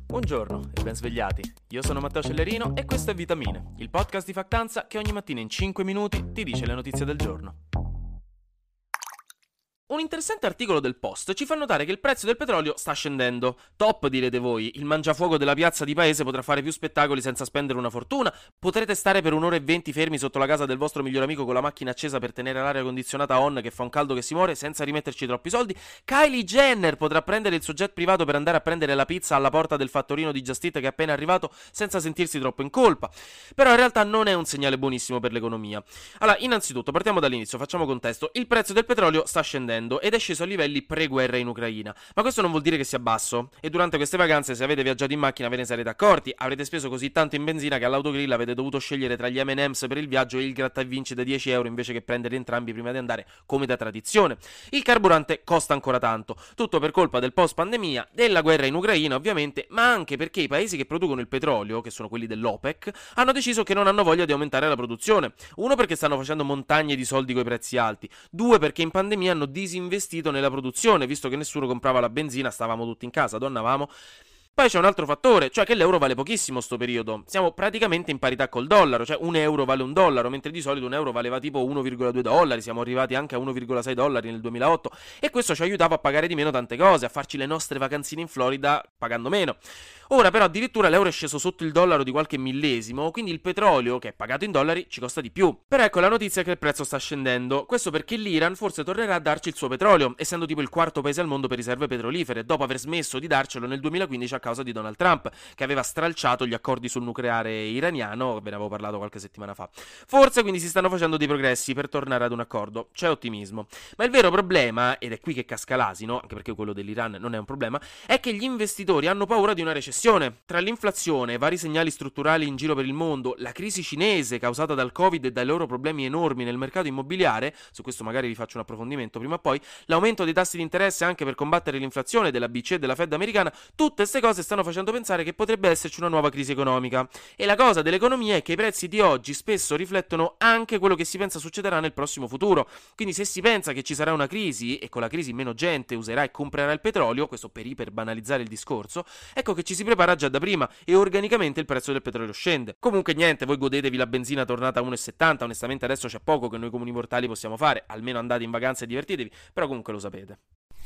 Buongiorno e ben svegliati. Io sono Matteo Cellerino e questo è Vitamine, il podcast di Factanza che ogni mattina in 5 minuti ti dice le notizie del giorno. Un interessante articolo del Post ci fa notare che il prezzo del petrolio sta scendendo. Top, direte voi, il mangiafuoco della piazza di paese potrà fare più spettacoli senza spendere una fortuna, potrete stare per un'ora e 20 fermi sotto la casa del vostro migliore amico con la macchina accesa per tenere l'aria condizionata on che fa un caldo che si muore senza rimetterci troppi soldi. Kylie Jenner potrà prendere il suo jet privato per andare a prendere la pizza alla porta del fattorino di Just Eat che è appena arrivato senza sentirsi troppo in colpa. Però in realtà non è un segnale buonissimo per l'economia. Allora, innanzitutto, partiamo dall'inizio, facciamo contesto. Il prezzo del petrolio sta scendendo ed è sceso a livelli pre-guerra in Ucraina, ma questo non vuol dire che sia basso, e durante queste vacanze se avete viaggiato in macchina ve ne sarete accorti, avrete speso così tanto in benzina che all'autogrill avete dovuto scegliere tra gli M&M's per il viaggio e il gratta e vinci da 10 euro invece che prendere entrambi prima di andare come da tradizione. Il carburante costa ancora tanto, tutto per colpa del post pandemia, della guerra in Ucraina ovviamente, ma anche perché i paesi che producono il petrolio, che sono quelli dell'OPEC, hanno deciso che non hanno voglia di aumentare la produzione. Uno, perché stanno facendo montagne di soldi coi prezzi alti. Due, perché in pandemia hanno disinvestito nella produzione, visto che nessuno comprava la benzina, stavamo tutti in casa, donnavamo. Poi c'è un altro fattore, cioè che l'euro vale pochissimo sto periodo. Siamo praticamente in parità col dollaro, cioè un euro vale un dollaro, mentre di solito un euro valeva tipo 1,2 dollari, siamo arrivati anche a 1,6 dollari nel 2008 e questo ci aiutava a pagare di meno tante cose, a farci le nostre vacanzine in Florida pagando meno. Ora però addirittura l'euro è sceso sotto il dollaro di qualche millesimo, quindi il petrolio, che è pagato in dollari, ci costa di più. Però ecco, la notizia è che il prezzo sta scendendo, questo perché l'Iran forse tornerà a darci il suo petrolio, essendo tipo il quarto paese al mondo per riserve petrolifere, dopo aver smesso di darcelo nel 2015 a causa di Donald Trump, che aveva stralciato gli accordi sul nucleare iraniano, ve ne avevo parlato qualche settimana fa. Forse quindi si stanno facendo dei progressi per tornare ad un accordo, c'è ottimismo. Ma il vero problema, ed è qui che casca l'asino, anche perché quello dell'Iran non è un problema, è che gli investitori hanno paura di una recessione. Tra l'inflazione, vari segnali strutturali in giro per il mondo, la crisi cinese causata dal Covid e dai loro problemi enormi nel mercato immobiliare, su questo magari vi faccio un approfondimento prima o poi, l'aumento dei tassi di interesse anche per combattere l'inflazione della BCE e della Fed americana, tutte queste cose stanno facendo pensare che potrebbe esserci una nuova crisi economica. E la cosa dell'economia è che i prezzi di oggi spesso riflettono anche quello che si pensa succederà nel prossimo futuro. Quindi se si pensa che ci sarà una crisi e con la crisi meno gente userà e comprerà il petrolio, questo per iperbanalizzare il discorso, ecco che ci si prepara già da prima e organicamente il prezzo del petrolio scende. Comunque niente, voi godetevi la benzina tornata a 1,70, onestamente adesso c'è poco che noi comuni mortali possiamo fare, almeno andate in vacanza e divertitevi, però comunque lo sapete.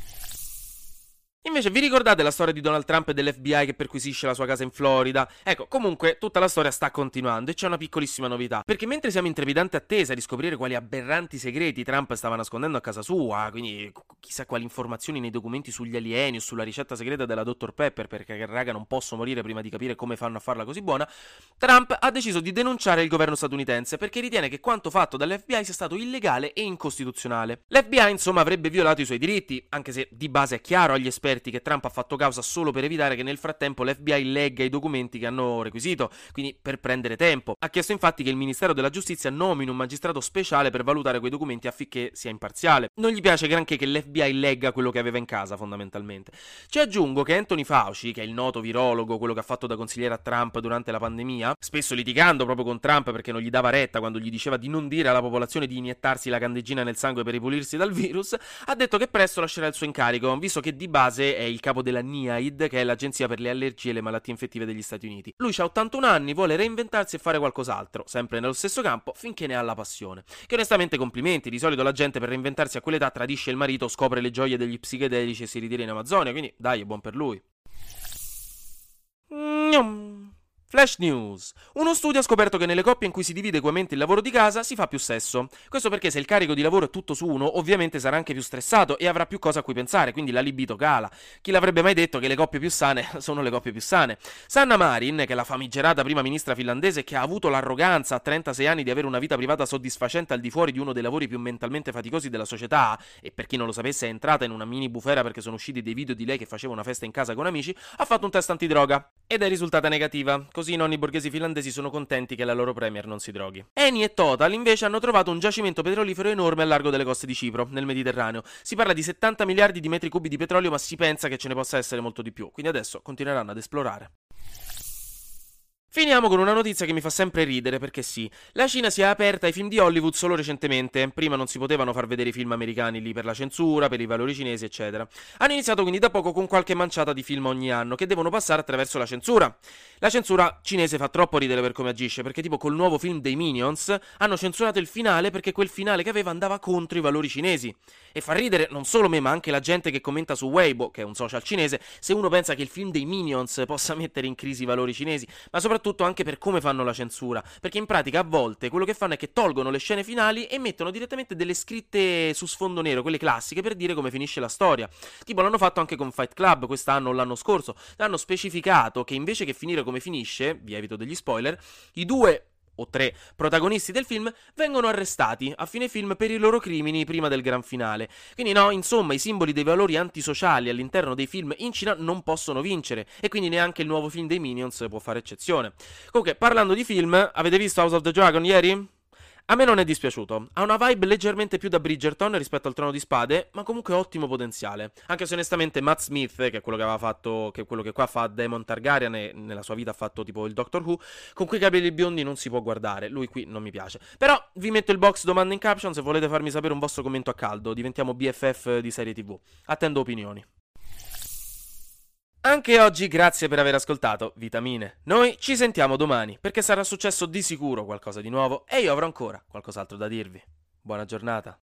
Invece vi ricordate la storia di Donald Trump e dell'FBI che perquisisce la sua casa in Florida? Ecco, comunque tutta la storia sta continuando e c'è una piccolissima novità, perché mentre siamo in trepidante attesa di scoprire quali aberranti segreti Trump stava nascondendo a casa sua, quindi chissà quali informazioni nei documenti sugli alieni o sulla ricetta segreta della Dr. Pepper, perché raga non posso morire prima di capire come fanno a farla così buona, Trump ha deciso di denunciare il governo statunitense perché ritiene che quanto fatto dall'FBI sia stato illegale e incostituzionale. L'FBI insomma avrebbe violato i suoi diritti, anche se di base è chiaro agli esperti che Trump ha fatto causa solo per evitare che nel frattempo l'FBI legga i documenti che hanno requisito, quindi per prendere tempo. Ha chiesto infatti che il Ministero della Giustizia nomini un magistrato speciale per valutare quei documenti affinché sia imparziale. Non gli piace granché che l'FBI legga quello che aveva in casa, fondamentalmente. Ci aggiungo che Anthony Fauci, che è il noto virologo, quello che ha fatto da consigliere a Trump durante la pandemia, spesso litigando proprio con Trump perché non gli dava retta quando gli diceva di non dire alla popolazione di iniettarsi la candeggina nel sangue per ripulirsi dal virus, ha detto che presto lascerà il suo incarico, visto che di base è il capo della NIAID, che è l'agenzia per le allergie e le malattie infettive degli Stati Uniti. Lui ha 81 anni, vuole reinventarsi e fare qualcos'altro, sempre nello stesso campo, finché ne ha la passione. Che onestamente complimenti, di solito la gente per reinventarsi a quell'età tradisce il marito, scopre le gioie degli psichedelici e si ritira in Amazzonia, quindi dai, è buon per lui. Flash News. Uno studio ha scoperto che nelle coppie in cui si divide equamente il lavoro di casa si fa più sesso. Questo perché se il carico di lavoro è tutto su uno, ovviamente sarà anche più stressato e avrà più cose a cui pensare, quindi la libido cala. Chi l'avrebbe mai detto che le coppie più sane sono le coppie più sane? Sanna Marin, che è la famigerata prima ministra finlandese che ha avuto l'arroganza a 36 anni di avere una vita privata soddisfacente al di fuori di uno dei lavori più mentalmente faticosi della società, e per chi non lo sapesse è entrata in una mini bufera perché sono usciti dei video di lei che faceva una festa in casa con amici, ha fatto un test antidroga ed è risultata negativa. Così i nonni borghesi finlandesi sono contenti che la loro premier non si droghi. Eni e Total invece hanno trovato un giacimento petrolifero enorme al largo delle coste di Cipro, nel Mediterraneo. Si parla di 70 miliardi di metri cubi di petrolio, ma si pensa che ce ne possa essere molto di più, quindi adesso continueranno ad esplorare. Finiamo con una notizia che mi fa sempre ridere, perché sì, la Cina si è aperta ai film di Hollywood solo recentemente, prima non si potevano far vedere i film americani lì per la censura, per i valori cinesi, eccetera. Hanno iniziato quindi da poco con qualche manciata di film ogni anno che devono passare attraverso la censura. La censura cinese fa troppo ridere per come agisce, perché tipo col nuovo film dei Minions hanno censurato il finale perché quel finale che aveva andava contro i valori cinesi. E fa ridere non solo me, ma anche la gente che commenta su Weibo, che è un social cinese, se uno pensa che il film dei Minions possa mettere in crisi i valori cinesi, ma soprattutto anche per come fanno la censura, perché in pratica a volte quello che fanno è che tolgono le scene finali e mettono direttamente delle scritte su sfondo nero, quelle classiche, per dire come finisce la storia. Tipo l'hanno fatto anche con Fight Club quest'anno o l'anno scorso, hanno specificato che invece che finire come finisce, vi evito degli spoiler, i due o tre protagonisti del film vengono arrestati a fine film per i loro crimini prima del gran finale. Quindi no, insomma, i simboli dei valori antisociali all'interno dei film in Cina non possono vincere e quindi neanche il nuovo film dei Minions può fare eccezione. Comunque, parlando di film, avete visto House of the Dragon ieri? A me non è dispiaciuto, ha una vibe leggermente più da Bridgerton rispetto al Trono di Spade, ma comunque ottimo potenziale. Anche se onestamente Matt Smith, che è quello che aveva fatto, che è quello che qua fa Daemon Targaryen e nella sua vita ha fatto tipo il Doctor Who, con quei capelli biondi non si può guardare, lui qui non mi piace. Però vi metto il box domande in caption se volete farmi sapere un vostro commento a caldo, diventiamo BFF di serie TV. Attendo opinioni. Anche oggi grazie per aver ascoltato Vitamine. Noi ci sentiamo domani perché sarà successo di sicuro qualcosa di nuovo e io avrò ancora qualcos'altro da dirvi. Buona giornata.